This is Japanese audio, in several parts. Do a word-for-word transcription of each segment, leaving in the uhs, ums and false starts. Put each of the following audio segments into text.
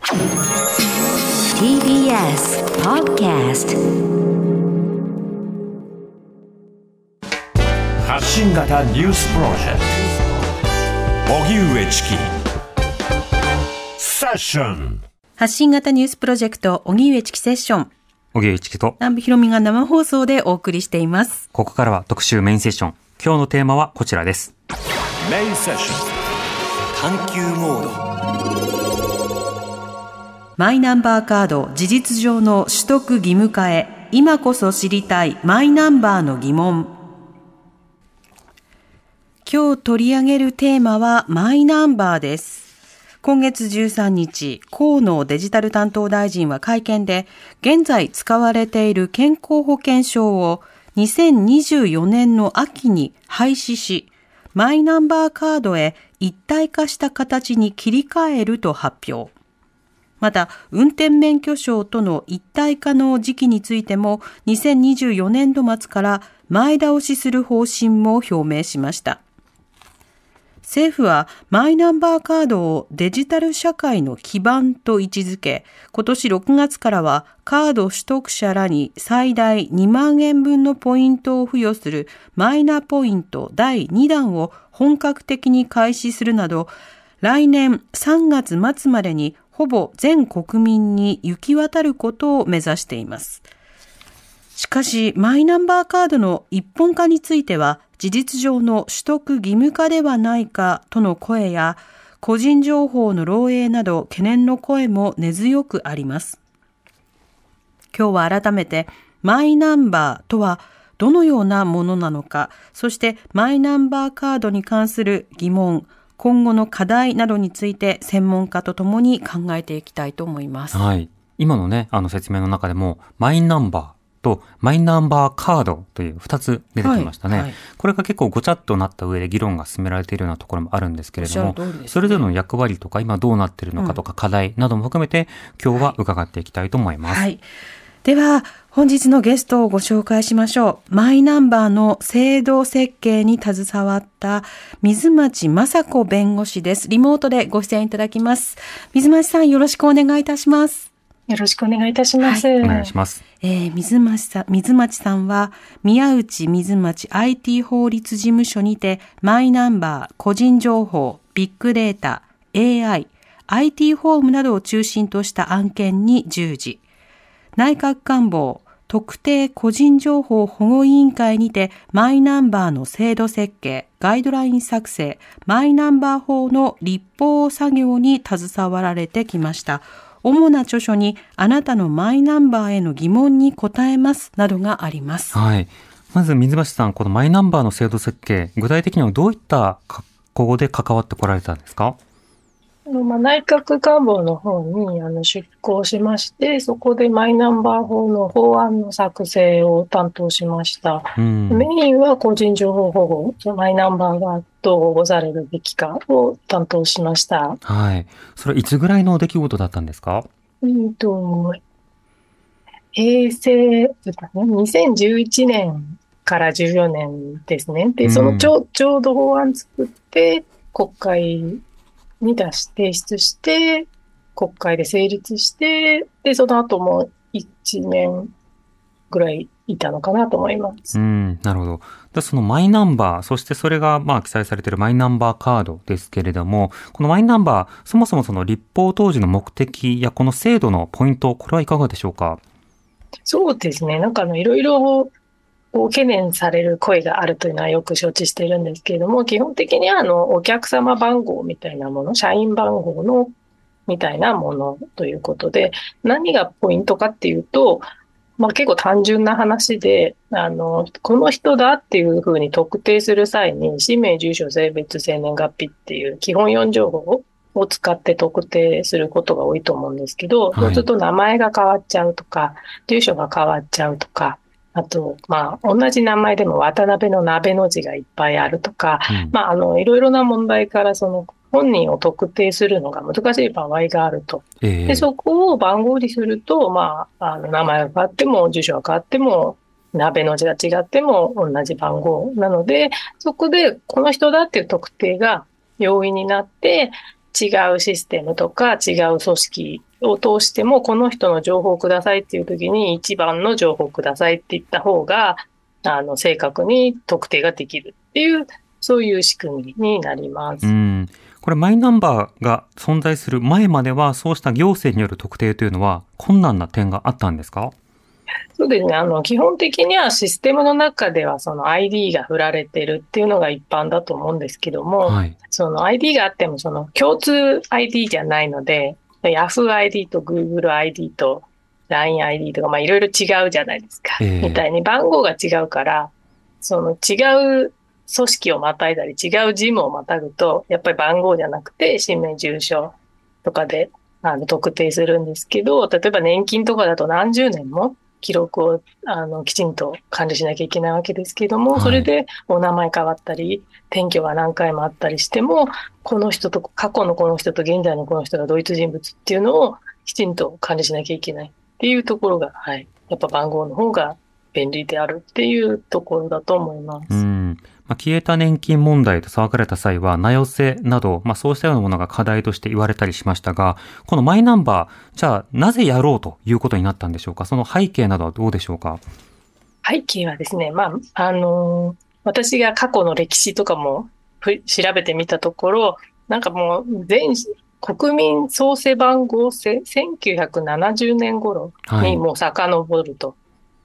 ティービーエス Podcast 発信型ニュースプロジェクト荻上チキセッション。 発信型ニュースプロジェクト荻上チキセッション、 荻上チキと南部ひろみが生放送でお送りしています。 ここからは特集メインセッション。今日のテーマはこちらです。 メインセッション探求モード。 マイナンバーカード事実上の取得義務化へ、今こそ知りたいマイナンバーの疑問。今日取り上げるテーマはマイナンバーです。今月じゅうさんにち、河野デジタル担当大臣は会見で、現在使われている健康保険証をにせんにじゅうよねんの秋に廃止し、マイナンバーカードへ一体化した形に切り替えると発表。また、運転免許証との一体化の時期についても、にせんにじゅうよねんど末から前倒しする方針も表明しました。政府はマイナンバーカードをデジタル社会の基盤と位置づけ、今年ろくがつからはカード取得者らに最大にまんえんぶんのポイントを付与するマイナポイントだいにだんを本格的に開始するなど、来年さんがつまつまでにほぼ全国民に行き渡ることを目指しています。しかし、マイナンバーカードの一本化については、事実上の取得義務化ではないかとの声や、個人情報の漏洩など懸念の声も根強くあります。今日は改めて、マイナンバーとはどのようなものなのか、そしてマイナンバーカードに関する疑問、今後の課題などについて専門家とともに考えていきたいと思います。 はい。今のね、あの説明の中でも、マイナンバーとマイナンバーカードというふたつ出てきましたね、はいはい。これが結構ごちゃっとなった上で議論が進められているようなところもあるんですけれども、ね、それぞれの役割とか今どうなっているのかとか課題なども含めて、今日は伺っていきたいと思います。 はいはい、では本日のゲストをご紹介しましょう。マイナンバーの制度設計に携わった水町雅子弁護士です。リモートでご出演いただきます。水町さん、よろしくお願いいたします。 よろしくお願いいたします。はい、 お願いします。 えー、水町さん、水町さんは宮内水町 アイティー 法律事務所にてマイナンバー、個人情報、ビッグデータ、エーアイ、アイティー 法務などを中心とした案件に従事。内閣官房特定個人情報保護委員会にてマイナンバーの制度設計、ガイドライン作成、マイナンバー法の立法作業に携わられてきました。主な著書にあなたのマイナンバーへの疑問に答えますなどがあります。 はい。まず水橋さん、このマイナンバーの制度設計、具体的にはどういった格好で関わってこられたんですか？ まあ、内閣官房の方にあの出向しまして、そこでマイナンバー法の法案の作成を担当しました。うん、メインは個人情報保護、マイナンバーがどう保護されるべきかを担当しました。 はい。それいつぐらいの出来事だったんですか？ うんと、平成、にせんじゅういちねんからじゅうよねんですね。で、そのちょ、うん、ちょうど法案作って、国会に出し提出して、国会で成立して、で、その後もいちねんぐらいいたのかなと思います。 うん、なるほど。で、そのマイナンバー、そしてそれがまあ記載されているマイナンバーカードですけれども、このマイナンバー、そもそもその立法当時の目的やこの制度のポイント、これはいかがでしょうか？ そうですね。なんかあの、いろいろ懸念される声があるというのはよく承知しているんですけれども、基本的にはあのお客様番号みたいなもの、社員番号のみたいなものということで、何がポイントかっていうと、まあ、結構単純な話で、あのこの人だっていうふうに特定する際に、氏名、住所、性別、生年月日っていう基本よん情報を使って特定することが多いと思うんですけど、はい、そうすると名前が変わっちゃうとか、住所が変わっちゃうとか、あと、まあ、同じ名前でも渡辺の鍋の字がいっぱいあるとか、うん、まあ、あの、いろいろな問題から、その、本人を特定するのが難しい場合があると。えー、で、そこを番号にすると、まあ、あの、名前が変わっても、住所が変わっても、鍋の字が違っても同じ番号なので、そこでこの人だっていう特定が容易になって、違うシステムとか違う組織を通しても、この人の情報をくださいっていう時に、いちばんの情報をくださいって言った方が、あの、正確に特定ができるっていう、そういう仕組みになります。 うん。これマイナンバーが存在する前までは、そうした行政による特定というのは困難な点があったんですか？ そうですね。あの、基本的にはシステムの中ではその アイディー が振られてるっていうのが一般だと思うんですけども、はい、その アイディー があってもその共通 アイディー じゃないので、Yahoo アイディー と Google アイディー と ライン アイディー とか、まあいろいろ違うじゃないですか。えー、みたいに番号が違うから、その違う組織をまたいだり、違う事務をまたぐと、やっぱり番号じゃなくて、氏名、住所とかであの特定するんですけど、例えば年金とかだと何十年も記録をあのきちんと管理しなきゃいけないわけですけども、はい、それでお名前変わったり、転居が何回もあったりしても、この人と、過去のこの人と現在のこの人が同一人物っていうのをきちんと管理しなきゃいけないっていうところが、はい、やっぱ番号の方が便利であるっていうところだと思います。 うんまあ、消えた年金問題と騒がれた際は、名寄せなど、まあ、そうしたようなものが課題として言われたりしましたが、このマイナンバー、じゃあ、なぜやろうということになったんでしょうか？その背景などはどうでしょうか？ 背景はですね、まあ、あのー、私が過去の歴史とかも調べてみたところ、なんかもう、全国民創生番号制、せんきゅうひゃくななじゅうねん頃にもう遡ると。はい、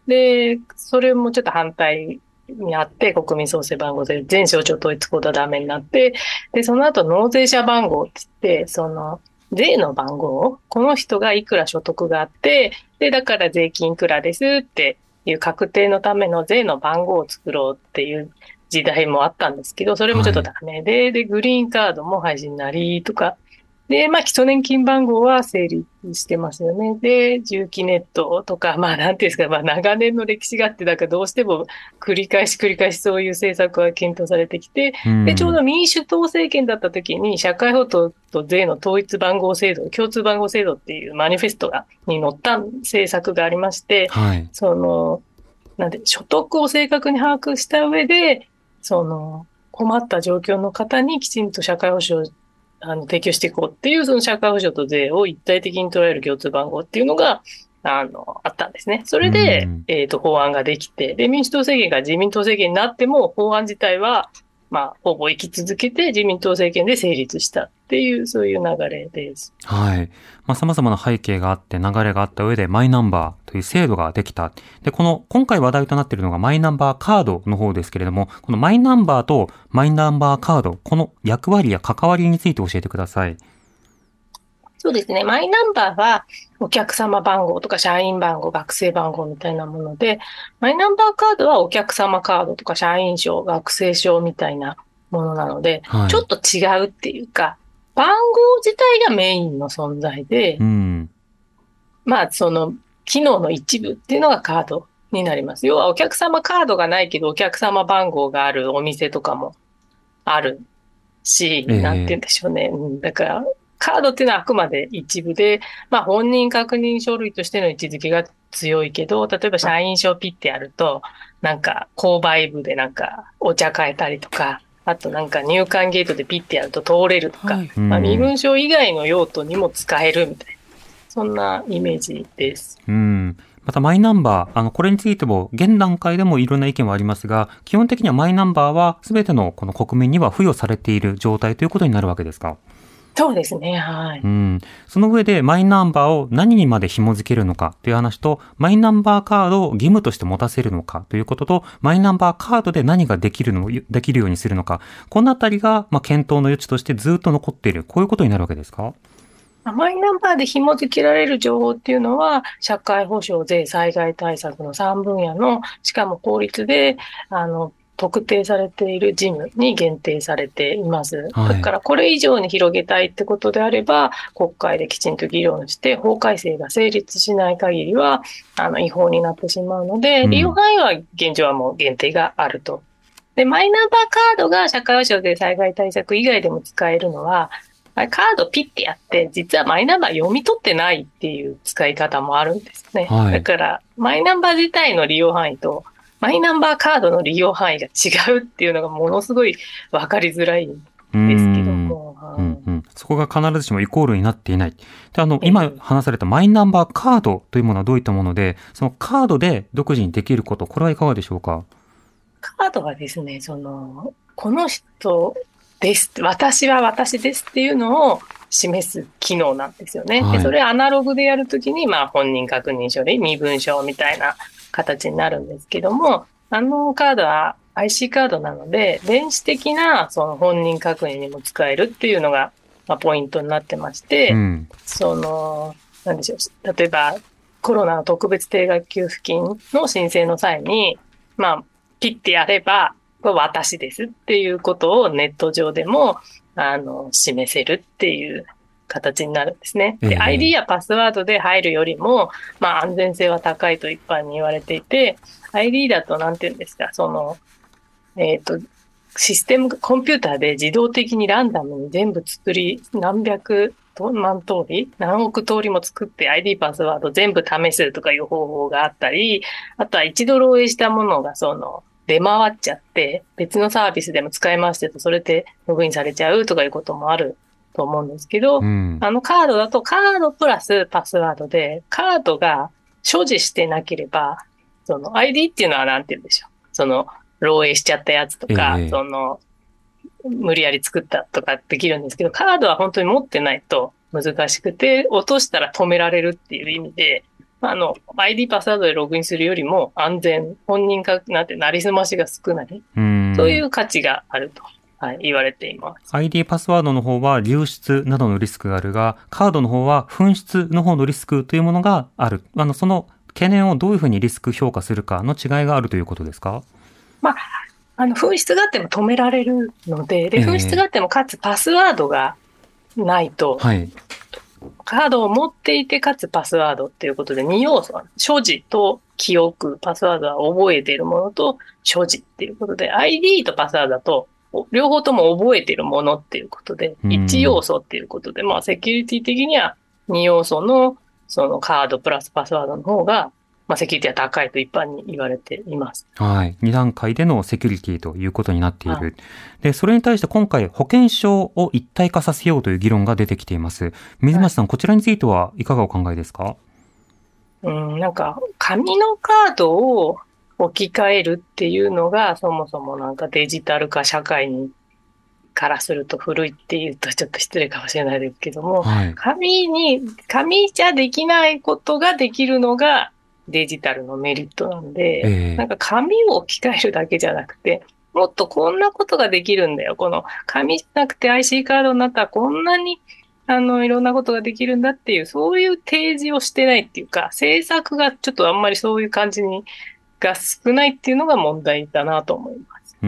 で、それもちょっと反対にあって、国民創生番号で全省庁統一コードはダメになって、で、その後納税者番号って言って、その、税の番号、この人がいくら所得があって、で、だから税金いくらですっていう確定のための税の番号を作ろうっていう時代もあったんですけど、それもちょっとダメで、はい、で、グリーンカードも廃止になりとか、で、まあ、基礎年金番号は成立してますよね。で、住基ネットとか、まあ、なんていうんですか、まあ、長年の歴史があって、だからどうしても繰り返し繰り返しそういう政策は検討されてきて、で、ちょうど民主党政権だった時に、社会保障と税の統一番号制度、共通番号制度っていうマニフェストが、に載った政策がありまして、はい、その、なんで、所得を正確に把握した上で、その、困った状況の方にきちんと社会保障あの提供していこうっていう、その社会保障と税を一体的に捉える共通番号っていうのが、あの、あったんですね。それで、えっと、法案ができて、で、民主党政権が自民党政権になっても、法案自体は、まあ、ほぼ生き続けて自民党政権で成立したっていう、そういう流れです。 はい。まあ、様々な背景があって、流れがあった上で、マイナンバーという制度ができた。で、この、今回話題となっているのがマイナンバーカードの方ですけれども、このマイナンバーとマイナンバーカード、この役割や関わりについて教えてください。 そうですね。マイナンバーはお客様番号とか社員番号、学生番号みたいなもので、マイナンバーカードはお客様カードとか社員証、学生証みたいなものなので、はい、ちょっと違うっていうか、番号自体がメインの存在で、うん、まあその機能の一部っていうのがカードになります。要はお客様カードがないけどお客様番号があるお店とかもあるし、えー、なんて言うんでしょうね。だからカードっていうのはあくまで一部で、まあ本人確認書類としての位置づけが強いけど、例えば社員証ピッてやると、なんか購買部でなんかお茶買えたりとか、あとなんか入管ゲートでピッてやると通れるとか、はい、まあ、身分証以外の用途にも使えるみたいな、そんなイメージです。 うん。またマイナンバー、あの、これについても現段階でもいろんな意見はありますが、基本的にはマイナンバーは全てのこの国民には付与されている状態ということになるわけですか？ そうですね、はい。 うん。その上でマイナンバーを何にまで紐付けるのかという話と、マイナンバーカードを義務として持たせるのかということと、マイナンバーカードで何ができるの、できるようにするのか、このあたりが、まあ、検討の余地としてずっと残っている、こういうことになるわけですか？ マイナンバーで紐付けられる情報っていうのは、社会保障、税、災害対策のさんぶんやの、しかも法律で、あの、特定されている事務に限定されています。はい、だからこれ以上に広げたいってことであれば、国会できちんと議論して法改正が成立しない限りはあの違法になってしまうので、利用範囲は現状はもう限定があると。で、マイナンバーカードが社会保障で災害対策以外でも使えるのは、カードピッてやって、実はマイナンバー読み取ってないっていう使い方もあるんですね。はい、だから、マイナンバー自体の利用範囲と、マイナンバーカードの利用範囲が違うっていうのがものすごい分かりづらいんですけども。 うんうん、 そこが必ずしもイコールになっていない。で、あの、今話されたマイナンバーカードというものはどういったもので、そのカードで独自にできること、これはいかがでしょうか？ カードはですね、その、この人です、私は私ですっていうのを示す機能なんですよね。はい、でそれアナログでやるときに、まあ、本人確認書類、身分証みたいな形になるんですけども、あのカードは アイシー カードなので、電子的なその本人確認にも使えるっていうのが、まあ、ポイントになってまして、うん、その、なんでしょう、例えばコロナの特別定額給付金の申請の際に、まあ、ピッてやれば、これ私ですっていうことをネット上でも、あの、示せるっていう形になるんですね。で、えー、アイディー やパスワードで入るよりも、まあ安全性は高いと一般に言われていて、アイディー だとなんていうんですか、その、えっと、システム、コンピューターで自動的にランダムに全部作り、何百万通り、何億通りも作って アイディー パスワード全部試すとかいう方法があったり、あとは一度漏洩したものがその、出回っちゃって、別のサービスでも使い回してると、それでログインされちゃうとかいうこともあると思うんですけど、うん、あのカードだとカードプラスパスワードで、カードが所持してなければ、その アイディー っていうのはなんて言うんでしょう。その、漏洩しちゃったやつとか、えー、その、無理やり作ったとかできるんですけど、カードは本当に持ってないと難しくて、落としたら止められるっていう意味で、あの、アイディー パスワードでログインするよりも安全、本人か、なんて、なりすましが少ない。うんそういう価値があると、はい、言われています。 アイディー パスワードの方は流出などのリスクがあるが、カードの方は紛失の方のリスクというものがある。あの、その懸念をどういうふうにリスク評価するかの違いがあるということですか？ まあ、あの、紛失があっても止められるので、で、紛失があってもかつパスワードがないと、はい。カードを持っていて、かつパスワードっていうことでに要素、所持と記憶、パスワードは覚えているものと所持っていうことで、アイディー とパスワードだと、両方とも覚えているものっていうことで、いち要素っていうことで、まあ、セキュリティ的にはに要素の、そのカードプラスパスワードの方が、まあ、セキュリティは高いと一般に言われています。 はい。に段階でのセキュリティということになっている。はい、で、それに対して今回保険証を一体化させようという議論が出てきています。水町さん、はい、こちらについてはいかがお考えですか？ うん、なんか、紙のカードを置き換えるっていうのが、そもそもなんかデジタル化社会にからすると古いっていうとちょっと失礼かもしれないですけども、はい、紙に、紙じゃできないことができるのがデジタルのメリットなんで、えー、なんか紙を置き換えるだけじゃなくて、もっとこんなことができるんだよ。この紙じゃなくて アイシー カードになったらこんなにあのいろんなことができるんだっていう、そういう提示をしてないっていうか、政策がちょっとあんまりそういう感じにが少ないっていうのが問題だなと思います。 うん。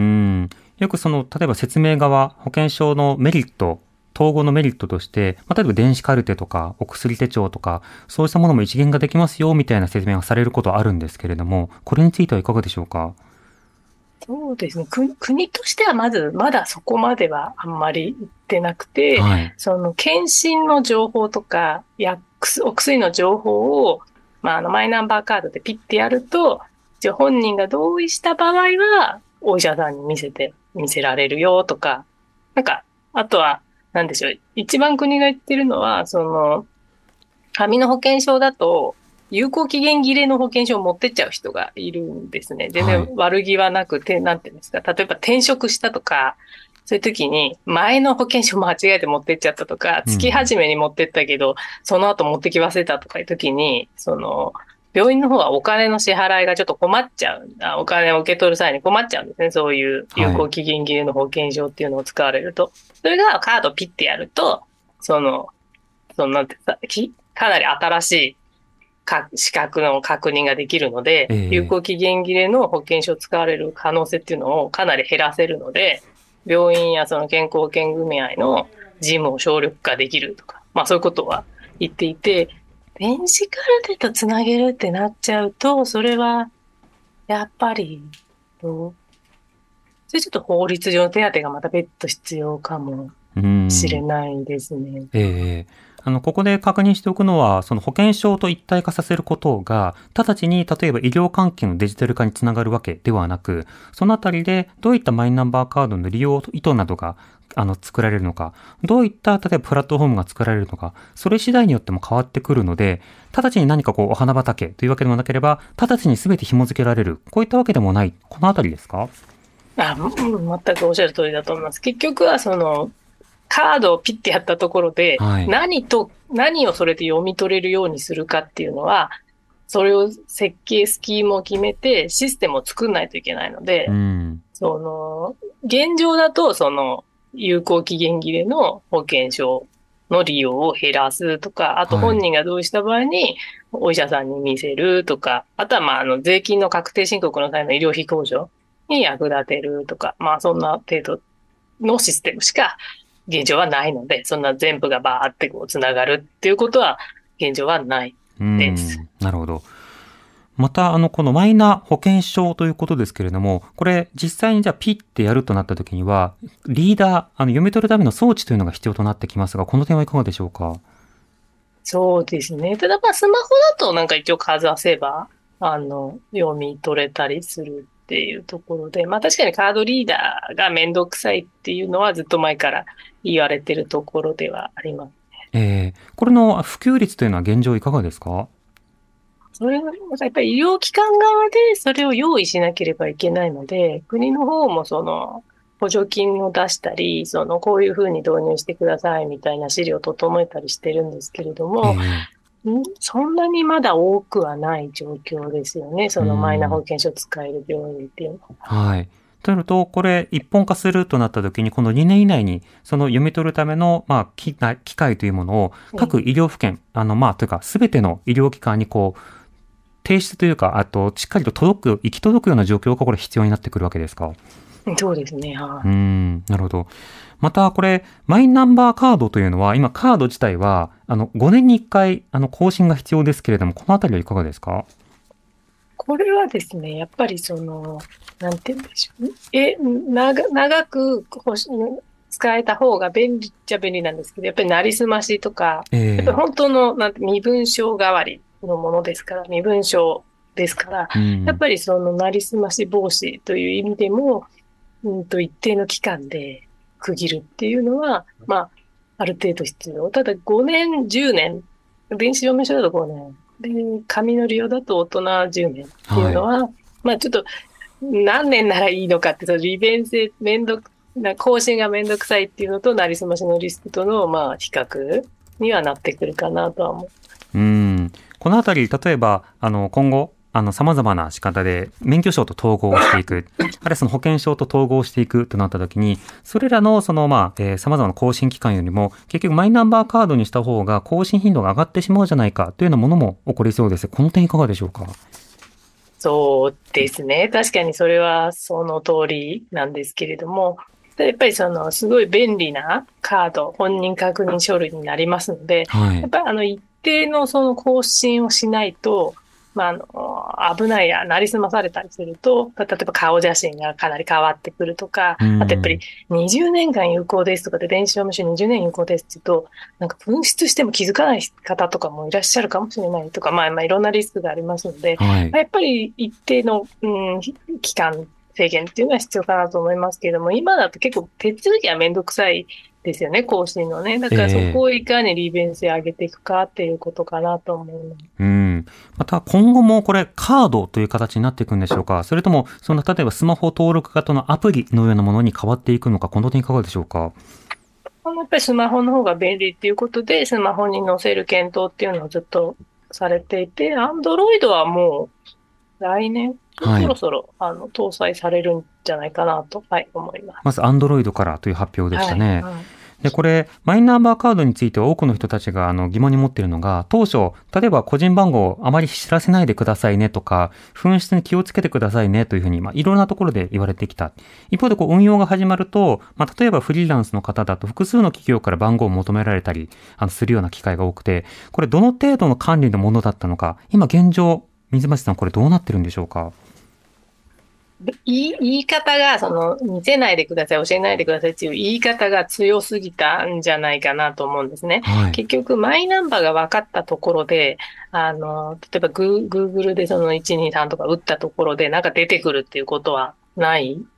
よくその、例えば説明側、保険証のメリット、統合のメリットとして、まあ、例えば電子カルテとかお薬手帳とかそうしたものも一元ができますよみたいな説明がされることはあるんですけれども、これについてはいかがでしょうか？ そうですね。国、国としてはまずまだそこまではあんまり言ってなくて、はい、その検診の情報とか薬お薬の情報を、まあ、あのマイナンバーカードでピッてやると、じゃ本人が同意した場合はお医者さんに見せて見せられるよとか、なんかあとはなんでしょう。一番国が言ってるのは、その、紙の保険証だと、有効期限切れの保険証を持ってっちゃう人がいるんですね。全然悪気はなくて、はい、なんていうんですか。例えば転職したとか、そういう時に、前の保険証間違えて持ってっちゃったとか、月始めに持ってったけど、うん、その後持ってき忘れたとかいう時に、その、病院の方はお金の支払いがちょっと困っちゃう。お金を受け取る際に困っちゃうんですね。そういう有効期限切れの保険証っていうのを使われると。はい、それがカードピッてやると、その、そのなんてさ、かなり新しい資格の確認ができるので、えー、有効期限切れの保険証を使われる可能性っていうのをかなり減らせるので、病院やその健康保険組合の事務を省力化できるとか、まあそういうことは言っていて、電子カルテとつなげるってなっちゃうと、それは、やっぱり、どうそれちょっと法律上の手当がまた別途必要かもしれないですね。 ええーあの、ここで確認しておくのは、その保険証と一体化させることが、直ちに例えば医療関係のデジタル化につながるわけではなく、そのあたりでどういったマイナンバーカードの利用意図などがあの作られるのか、どういった例えばプラットフォームが作られるのか、それ次第によっても変わってくるので、直ちに何かこうお花畑というわけでもなければ、直ちに全て紐付けられる、こういったわけでもない、このあたりですか？ あ、うん、全くおっしゃる通りだと思います。結局はそのカードをピッてやったところで、はい、何と何をそれで読み取れるようにするかっていうのは、それを設計スキームを決めてシステムを作んないといけないので、うん、その現状だとその有効期限切れの保険証の利用を減らすとか、あと本人が同意した場合にお医者さんに見せるとか、はい、あとはまああの税金の確定申告の際の医療費控除に役立てるとか、まあそんな程度のシステムしか現状はないので、そんな全部がバーってこうつながるっていうことは現状はないです。 なるほど。また、あの、このマイナ保険証ということですけれども、これ実際にじゃあピッてやるとなった時には、リーダー、あの、読み取るための装置というのが必要となってきますが、この点はいかがでしょうか？ そうですね。ただまあスマホだとなんか一応かざせば、あの、読み取れたりするっていうところで、まあ確かにカードリーダーがめんどくさいっていうのはずっと前から言われてるところではありますね。えー、これの普及率というのは現状いかがですか？ それはやっぱり医療機関側でそれを用意しなければいけないので、国の方もその補助金を出したり、そのこういうふうに導入してくださいみたいな資料を整えたりしてるんですけれども、えー、そんなにまだ多くはない状況ですよね。そのマイナ保険証使える病院っていうのは。 はい。となると、これ一本化するとなったときに、このにねん以内にその読み取るための、まあ、機械というものを各医療府県、あの、まあ、というか、すべての医療機関にこう、提出というか、あと、しっかりと届く、行き届くような状況がこれ必要になってくるわけですか？ そうですね。はい。 うん、なるほど。また、これ、マイナンバーカードというのは、今、カード自体は、あの、ごねんにいっかい、あの、更新が必要ですけれども、このあたりはいかがですか？ これはですね、やっぱりその、なんて言うんでしょう。え、長、長く使えた方が便利っちゃ便利なんですけど、やっぱりなりすましとか、えー、やっぱり本当の、なんて、身分証代わりのものですから、身分証ですから、うん、やっぱりそのなりすまし防止という意味でも、うんと一定の期間で区切るっていうのは、まあ、ある程度必要。ただごねん、じゅうねん、電子証明書だとごねん、で、紙の利用だと大人じゅうねんっていうのは、はい、まあちょっと何年ならいいのかって、その利便性、めんどく、更新がめんどくさいっていうのと、なりすましのリスクとの、まあ比較にはなってくるかなとは思う。 うん。このあたり、例えば、あの、今後、あの、様々な仕方で免許証と統合していく、あるいはその保険証と統合していくとなったときに、それらのその、まあ、えー、様々な更新期間よりも、結局マイナンバーカードにした方が更新頻度が上がってしまうじゃないかというようなものも起こりそうです。この点いかがでしょうか？ そうですね。確かにそれはその通りなんですけれども、やっぱりそのすごい便利なカード、本人確認書類になりますので、はい、やっぱりあの一定のその更新をしないと、まあ、あの危ないや、なりすまされたりすると、例えば顔写真がかなり変わってくるとか、あとやっぱりにじゅうねんかん有効ですとかで電子証明書にじゅうねん有効ですって言うと、なんか紛失しても気づかない方とかもいらっしゃるかもしれないとか、まあ、まあいろんなリスクがありますので、はい、やっぱり一定の、うん、期間制限っていうのは必要かなと思いますけれども、今だと結構手続きはめんどくさいですよね、更新のね。だからそこをいかに利便性上げていくかっていうことかなと思う。 えー、うん。また今後もこれカードという形になっていくんでしょうか？それとも、その例えばスマホ登録型のアプリのようなものに変わっていくのか、この点いかがでしょうか？ やっぱりスマホの方が便利っていうことで、スマホに載せる検討っていうのをずっとされていて、Android はもう来年、はい、そろそろあの搭載されるんじゃないかなと、はい、思います。 まず Android からという発表でしたね。 はいはい、 で、これ、マイナンバーカードについては多くの人たちがあの疑問に持っているのが、当初、例えば個人番号をあまり知らせないでくださいねとか、紛失に気をつけてくださいねというふうに、まあ、いろんなところで言われてきた。一方で、こう、運用が始まると、まあ、例えばフリーランスの方だと複数の企業から番号を求められたり、あの、するような機会が多くて、これ、どの程度の管理のものだったのか、今現状、水町さん、これどうなってるんでしょうか？ 言い、言い方が、その、見せないでください、教えないでくださいっていう言い方が強すぎたんじゃないかなと思うんですね。はい、結局、マイナンバーが分かったところで、あの、例えばグーグルでそのいちにさんとか打ったところで、なんか出てくるっていうことはない。うん、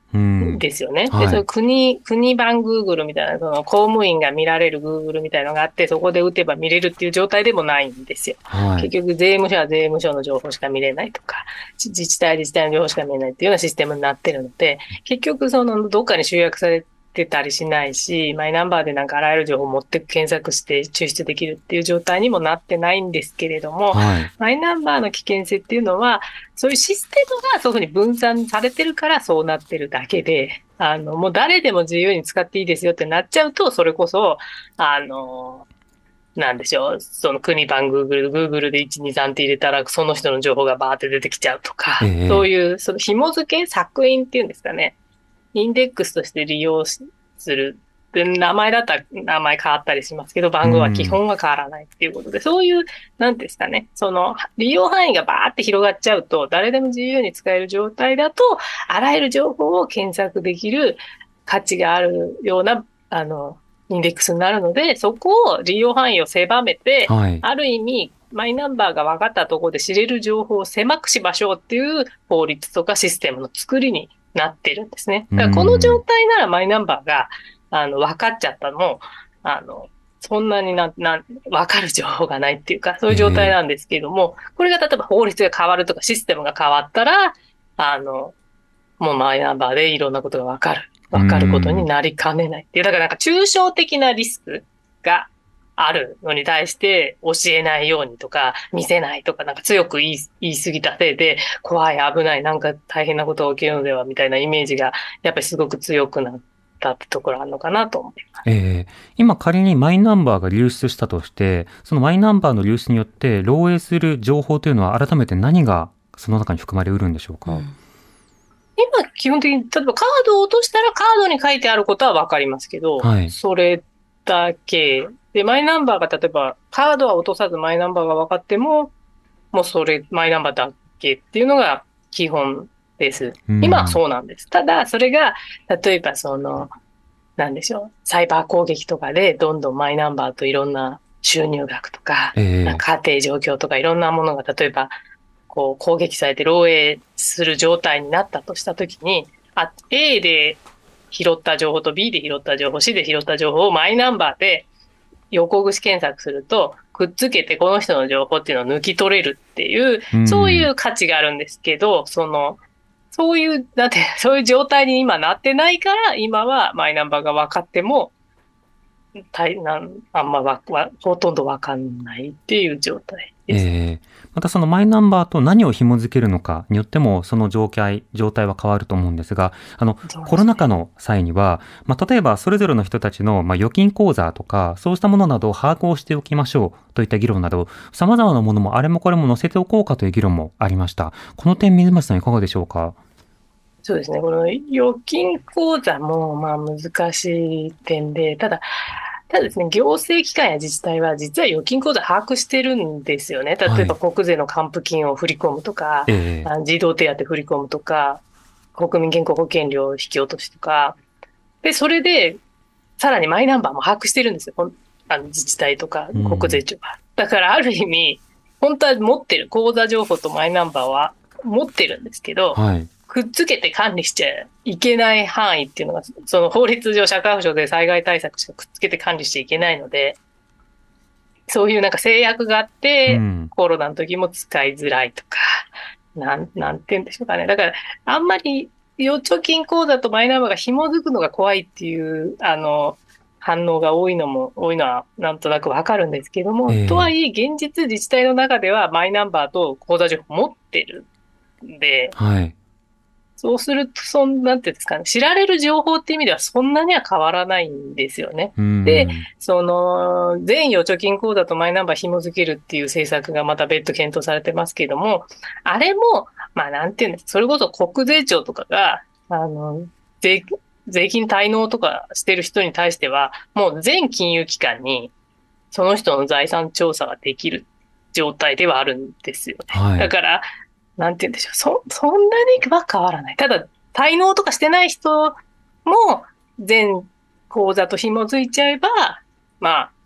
ですよね。 はい、 で、その国、国版 Google みたいな、その公務員が見られる Google みたいなのがあって、そこで打てば見れるっていう状態でもないんですよ。 はい、 結局、税務署は税務署の情報しか見れないとか、自治体は自治体の情報しか見れないっていうようなシステムになってるので、結局、その、どっかに集約されてたりしないし、マイナンバーでなんかあらゆる情報を持って検索して抽出できるっていう状態にもなってないんですけれども、 はい、 マイナンバーの危険性っていうのは、そういうシステムがそういうふうに分散されてるからそうなってるだけで、あの、もう誰でも自由に使っていいですよってなっちゃうと、それこそ、あの、なんでしょう、その国版 Google、Google でいちにさんって入れたら、その人の情報がバーって出てきちゃうとか、 ええ、 そういう、その紐付け、索引っていうんですかね。インデックスとして利用する。で、名前だったら名前変わったりしますけど、番号は基本は変わらないっていうことで、うん、そういう、なんですかね、その、利用範囲がバーって広がっちゃうと、誰でも自由に使える状態だと、あらゆる情報を検索できる価値があるような、あの、インデックスになるので、そこを利用範囲を狭めて、はい、ある意味、マイナンバーが分かったところで知れる情報を狭くしましょうっていう法律とかシステムの作りになってるんですね。だからこの状態ならマイナンバーがあの分かっちゃったのも、あのそんなになな分かる情報がないっていうか、そういう状態なんですけれども、これが例えば法律が変わるとかシステムが変わったら、あのもうマイナンバーでいろんなことが分かる。分かることになりかねないっていう。だからなんか抽象的なリスクがあるのに対して教えないようにとか見せないとかなんか強く言い、言い過ぎたせいで怖い危ないなんか大変なことが起きるのではみたいなイメージがやっぱりすごく強くなったってところあるのかなと思います。 えー、今仮にマイナンバーが流出したとして、そのマイナンバーの流出によって漏洩する情報というのは改めて何がその中に含まれうるんでしょうか？うん、 今、基本的に、例えばカードを落としたらカードに書いてあることはわかりますけど、はい、それだけ。で、マイナンバーが例えば、カードは落とさずマイナンバーが分かっても、もうそれ、マイナンバーだけっていうのが基本です。今はそうなんです。ただ、それが、例えばその、なんでしょう、サイバー攻撃とかで、どんどんマイナンバーといろんな収入額とか、えー、家庭状況とかいろんなものが、例えば、こう攻撃されて漏洩する状態になったとしたときに、あ、A で拾った情報と B で拾った情報、C で拾った情報をマイナンバーで横串検索すると、くっつけてこの人の情報っていうのを抜き取れるっていう、そういう価値があるんですけど、その、そういう、だって、そういう状態に今なってないから、今はマイナンバーが分かっても、大なんあんまわほとんど分かんないっていう状態です。 えー、またそのマイナンバーと何を紐付けるのかによってもその状態、状態は変わると思うんですが、あの、ね、コロナ禍の際には、まあ、例えばそれぞれの人たちの、まあ、預金口座とかそうしたものなどを把握をしておきましょうといった議論など、様々なものもあれもこれも載せておこうかという議論もありました。この点、水町さんいかがでしょうか？ そうですね。この預金口座もまあ難しい点で、ただ、ただですね、行政機関や自治体は実は預金口座把握してるんですよね。例えば国税の還付金を振り込むとか、はい、児童手当振り込むとか、国民健康保険料引き落としとか。で、それで、さらにマイナンバーも把握してるんですよ。あの自治体とか国税庁は。だからある意味、本当は持ってる、口座情報とマイナンバーは持ってるんですけど、はい、くっつけて管理しちゃいけない範囲っていうのが、その法律上、社会保障で災害対策しかくっつけて管理しちゃいけないので、そういうなんか制約があって、うん、コロナの時も使いづらいとか、なん、なんて言うんでしょうかね。だから、あんまり預貯金口座とマイナンバーが紐づくのが怖いっていう、あの、反応が多いのも、多いのはなんとなくわかるんですけども、えー、とはいえ、現実自治体の中ではマイナンバーと口座情報持ってるんで、はい、そうすると、そんなんていうんですかね、知られる情報っていう意味ではそんなには変わらないんですよね。で、その、全預貯金口座とマイナンバー紐付けるっていう政策がまた別途検討されてますけども、あれも、まあなんていうんですか、それこそ国税庁とかが、あの、税、税金滞納とかしてる人に対しては、もう全金融機関にその人の財産調査ができる状態ではあるんですよね。はい、だから、なんて言うんでしょう。そ、そんなには変わらない。ただ、滞納とかしてない人も、全口座と紐づいちゃえば、まあ、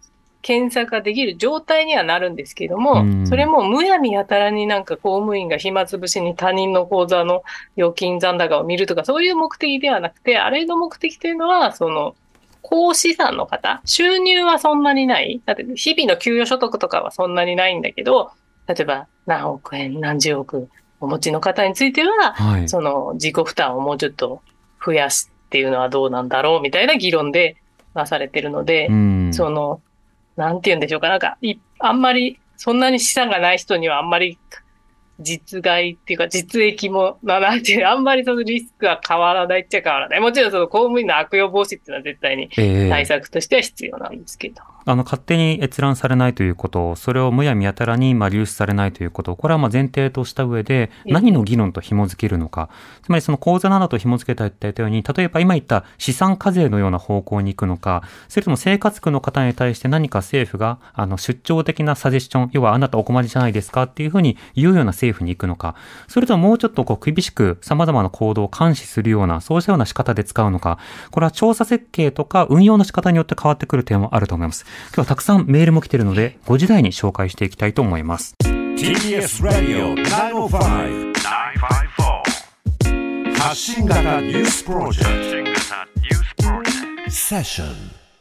検査ができる状態にはなるんですけども、うん、それもむやみやたらになんか公務員が暇つぶしに他人の口座の預金残高を見るとか、そういう目的ではなくて、あれの目的というのは、その、高資産の方、収入はそんなにない。だって日々の給与所得とかはそんなにないんだけど、例えば何億円、何十億お持ちの方については、はい、その自己負担をもうちょっと増やすっていうのはどうなんだろうみたいな議論でなされてるので、うん、その、なんて言うんでしょうか。なんか、い、あんまり、そんなに資産がない人にはあんまり実害っていうか実益も、な、なんていう、あんまりそのリスクは変わらないっちゃ変わらない。もちろんその公務員の悪用防止っていうのは絶対に対策としては必要なんですけど。えーあの、勝手に閲覧されないということ、それをむやみやたらに、まあ、流出されないということ、これはまあ前提とした上で、何の議論と紐づけるのか。つまりその口座などと紐づけた言ったように、例えば今言った資産課税のような方向に行くのか、それとも生活苦の方に対して何か政府が、あの、出張的なサジェスション、要はあなたお困りじゃないですかっていうふうに言うような政府に行くのか、それとももうちょっとこう厳しく様々な行動を監視するような、そうしたような仕方で使うのか、これは調査設計とか運用の仕方によって変わってくる点もあると思います。今日はたくさんメールも来ているので、ごじ台に紹介していきたいと思います。 ティービーエス Radio きゅうまるご、きゅうごよん発信型ニュースプロジェクトセッショ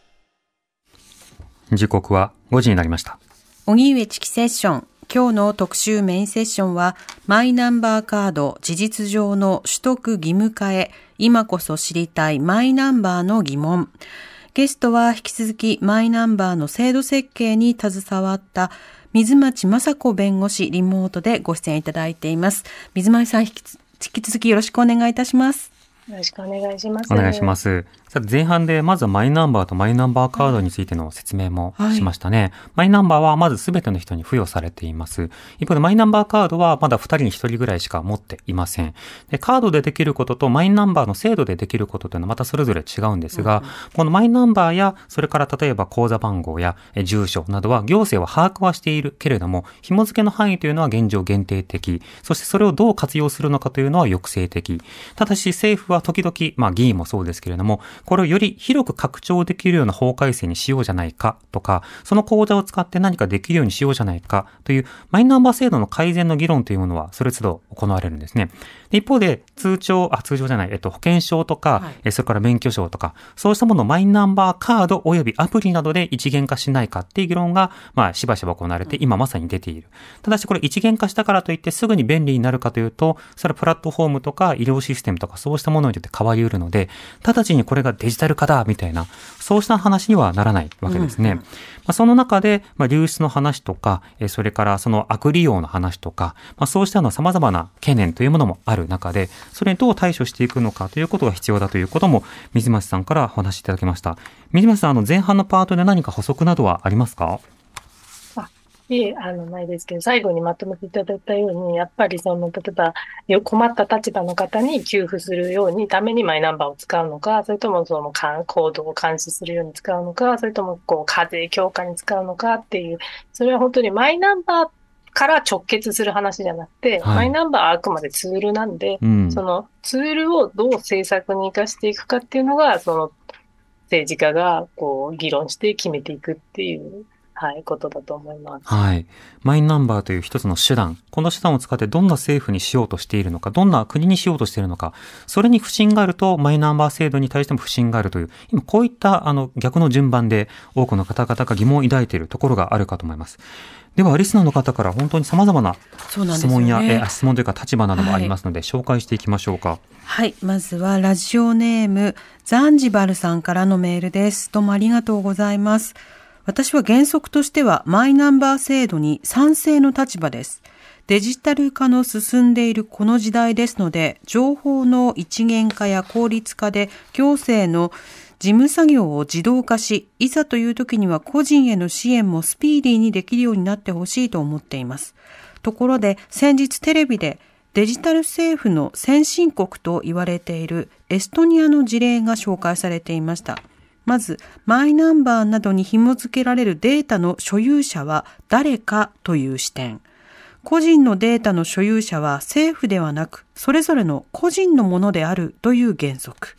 ン。時刻はごじになりました。 荻上チキセッション。今日の特集メインセッションは、マイナンバーカード事実上の取得義務化へ、今こそ知りたいマイナンバーの疑問。ゲストは引き続きマイナンバーの制度設計に携わった水町雅子弁護士リモートでご出演いただいています。水町さん引き続きよろしくお願いいたします。 よろしくお願いします。 お願いします。さて前半でまずはマイナンバーとマイナンバーカードについての説明もしましたね。はい、マイナンバーはまず全ての人に付与されています。一方でマイナンバーカードはまだふたりにひとりぐらいしか持っていません。で、カードでできることとマイナンバーの制度でできることというのはまたそれぞれ違うんですが、うん、このマイナンバーやそれから例えば口座番号や住所などは行政は把握はしているけれども、紐付けの範囲というのは現状限定的。そしてそれをどう活用するのかというのは抑制的。ただし政府は時々、まあ議員もそうですけれども、これをより広く拡張できるような法改正にしようじゃないかとか、その口座を使って何かできるようにしようじゃないかというマイナンバー制度の改善の議論というものはそれ都度行われるんですね。で一方で通帳、あ、通帳じゃない、えっと、保険証とか、はい、それから免許証とか、そうしたものをマイナンバーカード及びアプリなどで一元化しないかっていう議論が、まあ、しばしば行われて、今まさに出ている。ただしこれ一元化したからといってすぐに便利になるかというと、それはプラットフォームとか医療システムとかそうしたものによって変わり得るので、直ちにこれがデジタル化だみたいな、そうした話にはならないわけですね。うんうん、まあ、その中で、まあ、流出の話とか、それからその悪利用の話とか、まあ、そうしたの様々な懸念というものもある中で、それにどう対処していくのかということが必要だということも水町さんからお話しいただきました。水町さん、あの前半のパートで何か補足などはありますか？ いえ、あの、ないですけど、最後にまとめていただいたように、やっぱりその、例えば、困った立場の方に給付するように、ためにマイナンバーを使うのか、それともその、行動を監視するように使うのか、それとも、こう、課税強化に使うのかっていう、それは本当にマイナンバーから直結する話じゃなくて、はい、マイナンバーはあくまでツールなんで、うん、そのツールをどう政策に生かしていくかっていうのが、その、政治家が、こう、議論して決めていくっていう、はい、ことだと思います。 はい。マイナンバーという一つの手段。この手段を使ってどんな政府にしようとしているのか、どんな国にしようとしているのか、それに不信があると、マイナンバー制度に対しても不信があるという、今こういった、あの、逆の順番で多くの方々が疑問を抱いているところがあるかと思います。では、リスナーの方から本当に様々な質問や、ね、え質問というか立場などもありますので、はい、紹介していきましょうか。 はい。まずは、ラジオネーム、ザンジバルさんからのメールです。どうもありがとうございます。私は原則としてはマイナンバー制度に賛成の立場です。デジタル化の進んでいるこの時代ですので、情報の一元化や効率化で行政の事務作業を自動化し、いざという時には個人への支援もスピーディーにできるようになってほしいと思っています。ところで、先日テレビでデジタル政府の先進国と言われているエストニアの事例が紹介されていました。まず、マイナンバーなどに紐付けられるデータの所有者は誰かという視点。個人のデータの所有者は政府ではなく、それぞれの個人のものであるという原則。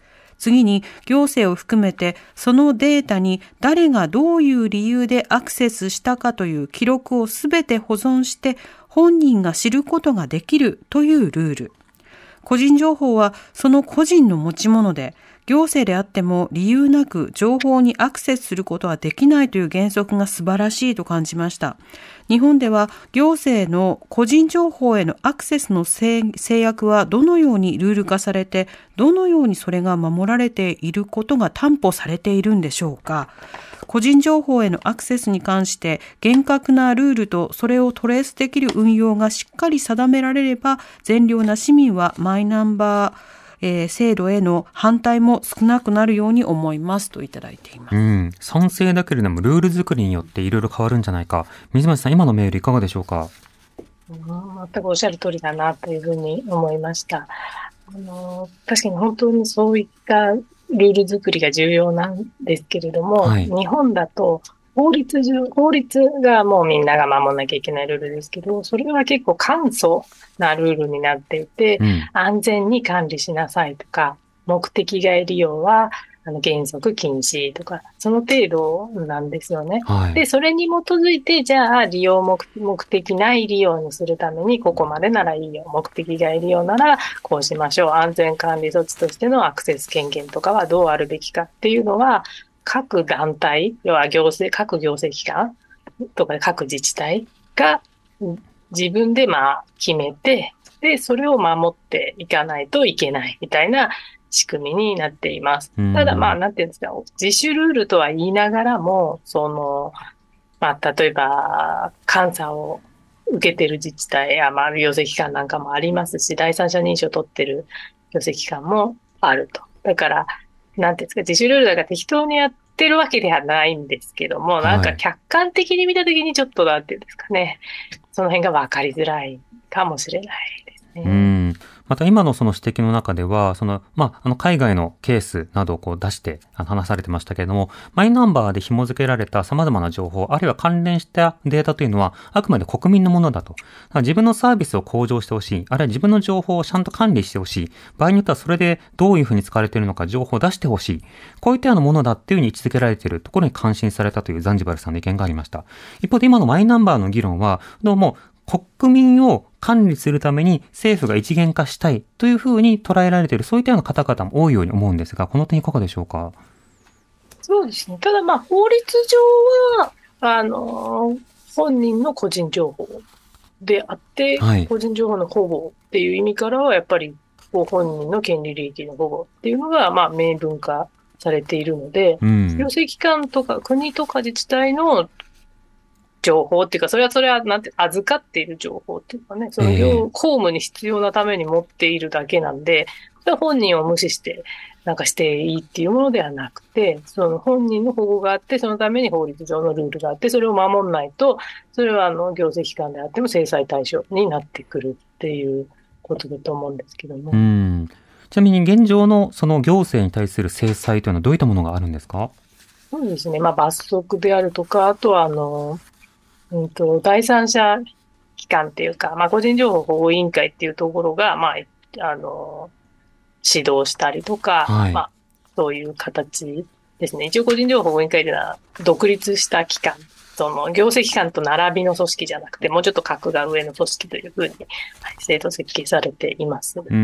次に行政を含めてそのデータに誰がどういう理由でアクセスしたかという記録をすべて保存して本人が知ることができるというルール。個人情報はその個人の持ち物で、行政であっても理由なく情報にアクセスすることはできないという原則が素晴らしいと感じました。日本では行政の個人情報へのアクセスの制約はどのようにルール化されて、どのようにそれが守られていることが担保されているんでしょうか。個人情報へのアクセスに関して厳格なルールとそれをトレースできる運用がしっかり定められれば、善良な市民はマイナンバーえー、制度への反対も少なくなるように思いますといただいています。 うん、賛成だけれどもルール作りによっていろいろ変わるんじゃないか。水町さん、今のメールいかがでしょうか。 うん、全くおっしゃる通りだなというふうに思いました。あの確かに本当にそういったルール作りが重要なんですけれども、はい、日本だと法律上、法律がもうみんなが守らなきゃいけないルールですけど、それは結構簡素なルールになっていて、うん、安全に管理しなさいとか、目的外利用はあの原則禁止とか、その程度なんですよね。はい、で、それに基づいて、じゃあ利用目、目的ない利用にするためにここまでならいいよ。目的外利用ならこうしましょう。安全管理措置としてのアクセス権限とかはどうあるべきかっていうのは、各団体、要は行政、各行政機関とか各自治体が自分でまあ決めて、で、それを守っていかないといけないみたいな仕組みになっています。ただまあ、なんていうんですか、自主ルールとは言いながらも、その、まあ、例えば、監査を受けてる自治体や、まあ、行政機関なんかもありますし、第三者認証を取ってる行政機関もあると。だから、なんていうんですか、自主ルールだから適当にやってるわけではないんですけども、なんか客観的に見たときにちょっとなんていうんですかね、その辺が分かりづらいかもしれないですね。 うん。また今のその指摘の中では、その、まあ、あの、海外のケースなどをこう出して話されてましたけれども、マイナンバーで紐付けられた様々な情報、あるいは関連したデータというのは、あくまで国民のものだと。だから自分のサービスを向上してほしい、あるいは自分の情報をちゃんと管理してほしい。場合によってはそれでどういうふうに使われているのか情報を出してほしい。こういったようなものだっていうふうに位置づけられているところに感心されたというザンジバルさんの意見がありました。一方で今のマイナンバーの議論は、どうも、国民を管理するために政府が一元化したいというふうに捉えられている、そういったような方々も多いように思うんですが、この点いかがでしょうか。 そうですね。ただまあ法律上は、あの、本人の個人情報であって、はい、個人情報の保護っていう意味からは、やっぱり本人の権利利益の保護っていうのが、まあ明文化されているので、うん、行政機関とか国とか自治体の情報っていうか、それはそれはなんて預かっている情報っていうかね、その要、公務に必要なために持っているだけなんで、それは本人を無視してなんかしていいっていうものではなくて、その本人の保護があって、そのために法律上のルールがあって、それを守んないと、それはあの行政機関であっても制裁対象になってくるっていうことだと思うんですけども。 うん。ちなみに現状のその行政に対する制裁というのはどういったものがあるんですか？ そうですね。まあ罰則であるとか、あとはあの、うんと、第三者機関っていうか、まあ、個人情報保護委員会っていうところが、まあ、あの、指導したりとか、はい、まあ、そういう形ですね。一応個人情報保護委員会というのは独立した機関、その行政機関と並びの組織じゃなくて、もうちょっと格が上の組織というふうに、はい、制度設計されています。 うん。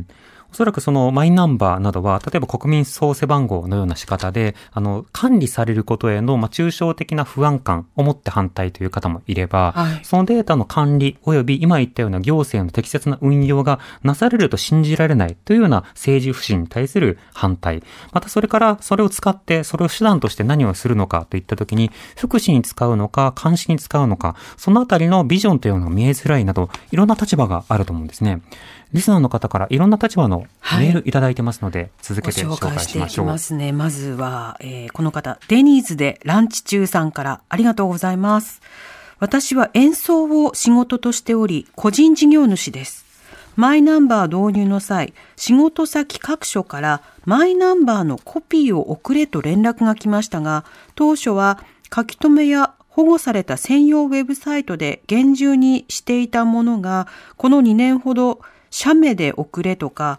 おそらくそのマイナンバーなどは、例えば国民総背番号のような仕方で、あの、管理されることへの、まあ、抽象的な不安感を持って反対という方もいれば、はい、そのデータの管理及び今言ったような行政の適切な運用がなされると信じられないというような政治不信に対する反対。またそれからそれを使って、それを手段として何をするのかといったときに、福祉に使うのか、監視に使うのか、そのあたりのビジョンというのが見えづらいなど、いろんな立場があると思うんですね。リスナーの方からいろんな立場のメールいただいてますので、はい、続けて紹介しましょう。 ご紹介していきますね。まずは、えー、この方、デニーズでランチ中さんからありがとうございます。私は演奏を仕事としており、個人事業主です。マイナンバー導入の際、仕事先各所からマイナンバーのコピーを送れと連絡が来ましたが、当初は書き留めや保護された専用ウェブサイトで厳重にしていたものが、このにねんほど写メで送れとか、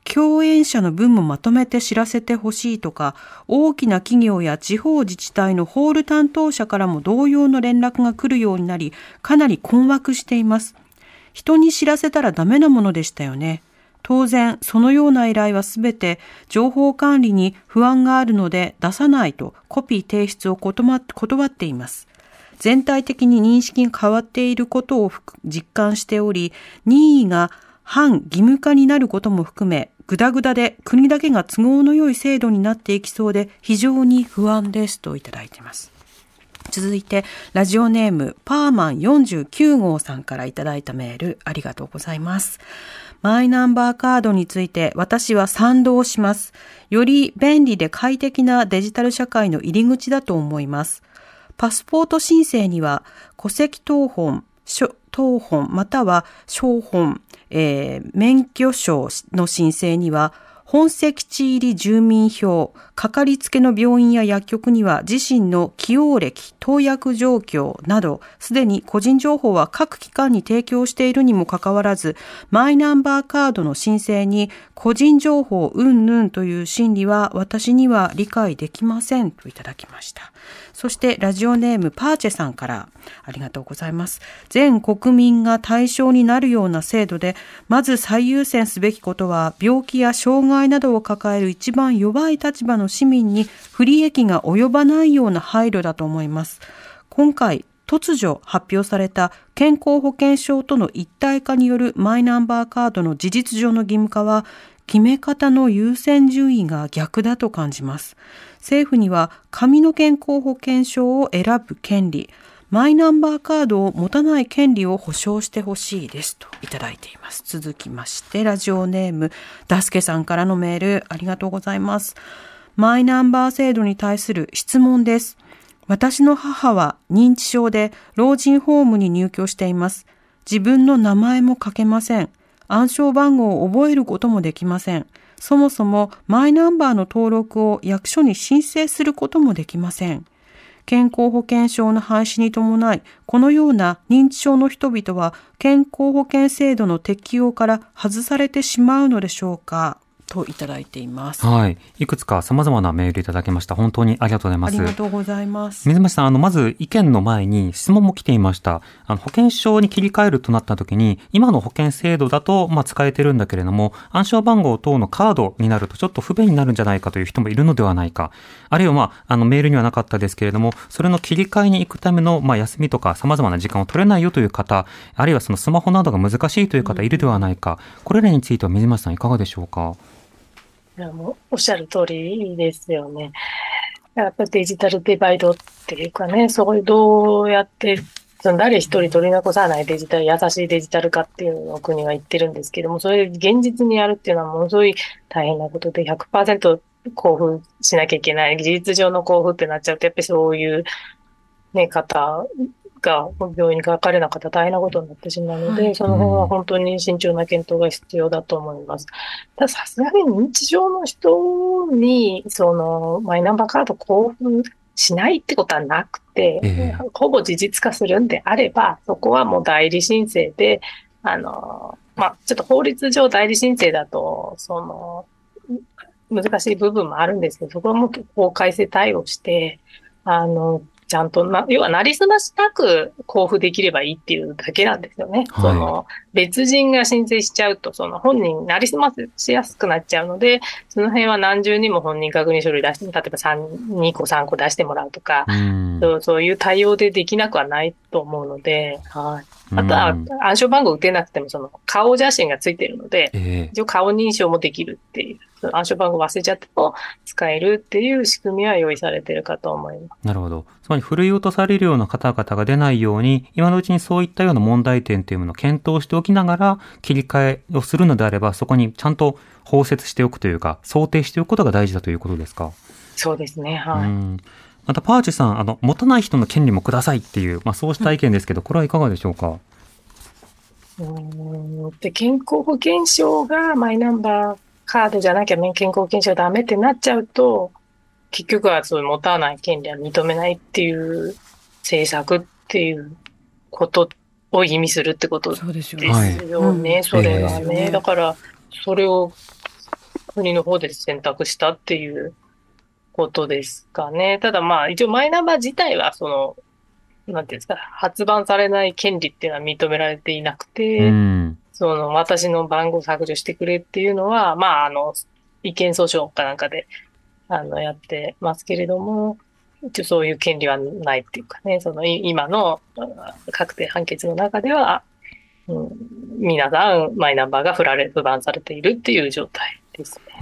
共演者の分もまとめて知らせてほしいとか、大きな企業や地方自治体のホール担当者からも同様の連絡が来るようになり、かなり困惑しています。人に知らせたらダメなものでしたよね。当然、そのような依頼はすべて情報管理に不安があるので出さないとコピー提出を断っています。全体的に認識が変わっていることを実感しており、任意が反義務化になることも含め、ぐだぐだで国だけが都合の良い制度になっていきそうで非常に不安ですといただいています。続いてラジオネームパーマンよんじゅうきゅう号さんからいただいたメール、ありがとうございます。マイナンバーカードについて私は賛同します。より便利で快適なデジタル社会の入り口だと思います。パスポート申請には戸籍謄本、謄本または証本、えー、免許証の申請には本籍地入り住民票、かかりつけの病院や薬局には自身の起用歴、投薬状況など、すでに個人情報は各機関に提供しているにもかかわらず、マイナンバーカードの申請に個人情報云々という心理は私には理解できませんといただきました。そしてラジオネームパーチェさんからありがとうございます。全国民が対象になるような制度で、まず最優先すべきことは病気や障害などを抱える一番弱い立場の市民に不利益が及ばないような配慮だと思います。今回突如発表された健康保険証との一体化によるマイナンバーカードの事実上の義務化は、決め方の優先順位が逆だと感じます。政府には紙の健康保険証を選ぶ権利、マイナンバーカードを持たない権利を保障してほしいですといただいています。続きましてラジオネームダスケさんからのメール、ありがとうございます。マイナンバー制度に対する質問です。私の母は認知症で老人ホームに入居しています。自分の名前も書けません。暗証番号を覚えることもできません。そもそもマイナンバーの登録を役所に申請することもできません。健康保険証の廃止に伴い、このような認知症の人々は健康保険制度の適用から外されてしまうのでしょうかといただいています。 はい。いくつか様々なメールいただきました。本当にありがとうございます。 ありがとうございます。 水町さん、あの、まず意見の前に質問も来ていました。あの、保険証に切り替えるとなった時に、今の保険制度だと、まあ、使えてるんだけれども、暗証番号等のカードになるとちょっと不便になるんじゃないかという人もいるのではないか。あるいは、まあ、あの、メールにはなかったですけれども、それの切り替えに行くための、まあ、休みとか様々な時間を取れないよという方、あるいはそのスマホなどが難しいという方いるではないか。これらについては水町さんいかがでしょうか？ いや、もうおっしゃる通りですよね。やっぱりデジタルデバイドっていうかね、そこでどうやって、その誰一人取り残さないデジタル、優しいデジタル化っていうのを国は言ってるんですけども、それ現実にやるっていうのはものすごい大変なことで、ひゃくパーセント 交付しなきゃいけない。事実上の交付ってなっちゃうと、やっぱりそういうね、方が病院にかかれなかったら大変なことになってしまうので、はい、その辺は本当に慎重な検討が必要だと思います。たださすがに認知症の人に、その、マイナンバーカード交付しないってことはなくて、えー、ほぼ事実化するんであれば、そこはもう代理申請で、あの、まあ、ちょっと法律上代理申請だと、その、難しい部分もあるんですけど、そこはもう法改正対応して、あの、ちゃんとな、要はなりすましなく交付できればいいっていうだけなんですよね。はい、その、別人が申請しちゃうと、その本人なりすましやすくなっちゃうので、その辺は何重にも本人確認書類出して、例えばさん、にこさんこ出してもらうとか、うんそう、そういう対応でできなくはないと思うので、はい。あとは暗証番号打てなくても、その顔写真がついているので、えー、一応顔認証もできるっていう。暗証番号忘れちゃっても使えるっていう仕組みは用意されているかと思います。 なるほど。つまり、ふるい落とされるような方々が出ないように、今のうちにそういったような問題点というものを検討しておきながら、切り替えをするのであれば、そこにちゃんと包摂しておくというか、想定しておくことが大事だということですか？ そうですね。はい。 うんまた、パーチさん、あの、持たない人の権利もくださいっていう、まあ、そうした意見ですけど、これはいかがでしょうか？ うーんで健康保険証がマイナンバーカードじゃなきゃ健康保険証ダメってなっちゃうと、結局はそういう持たない権利は認めないっていう政策っていうことを意味するってことですよね。 そうですよね。 それはね。えー、だから、それを国の方で選択したっていうことですかね。ただまあ、一応マイナンバー自体は、その、なんていうんですか、発売されない権利っていうのは認められていなくて、 うん、 その、私の番号を削除してくれっていうのは、まあ、あの、違憲訴訟かなんかで、あの、やってますけれども、一応そういう権利はないっていうかね、その、今の確定判決の中では、うん、皆さん、マイナンバーが振られ、不番されているっていう状態ですね。 うん。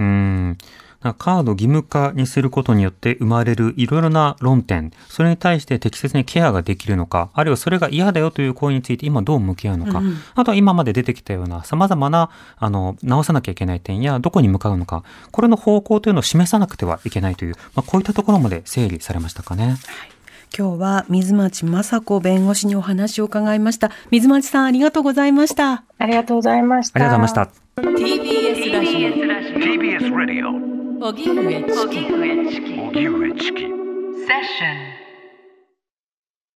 カード義務化にすることによって生まれるいろいろな論点、それに対して適切にケアができるのか、あるいはそれが嫌だよという声について今どう向き合うのか、うん、あとは今まで出てきたような様々な、あの、直さなきゃいけない点やどこに向かうのか、これの方向というのを示さなくてはいけないという、まあ、こういったところまで整理されましたかね。はい、 今日は水町雅子弁護士にお話を伺いました。水町さん、ありがとうございました。 ありがとうございました。 ありがとうございました。 ティービーエス ラジオティービーエス ラジオ荻上チキ荻上チキセッション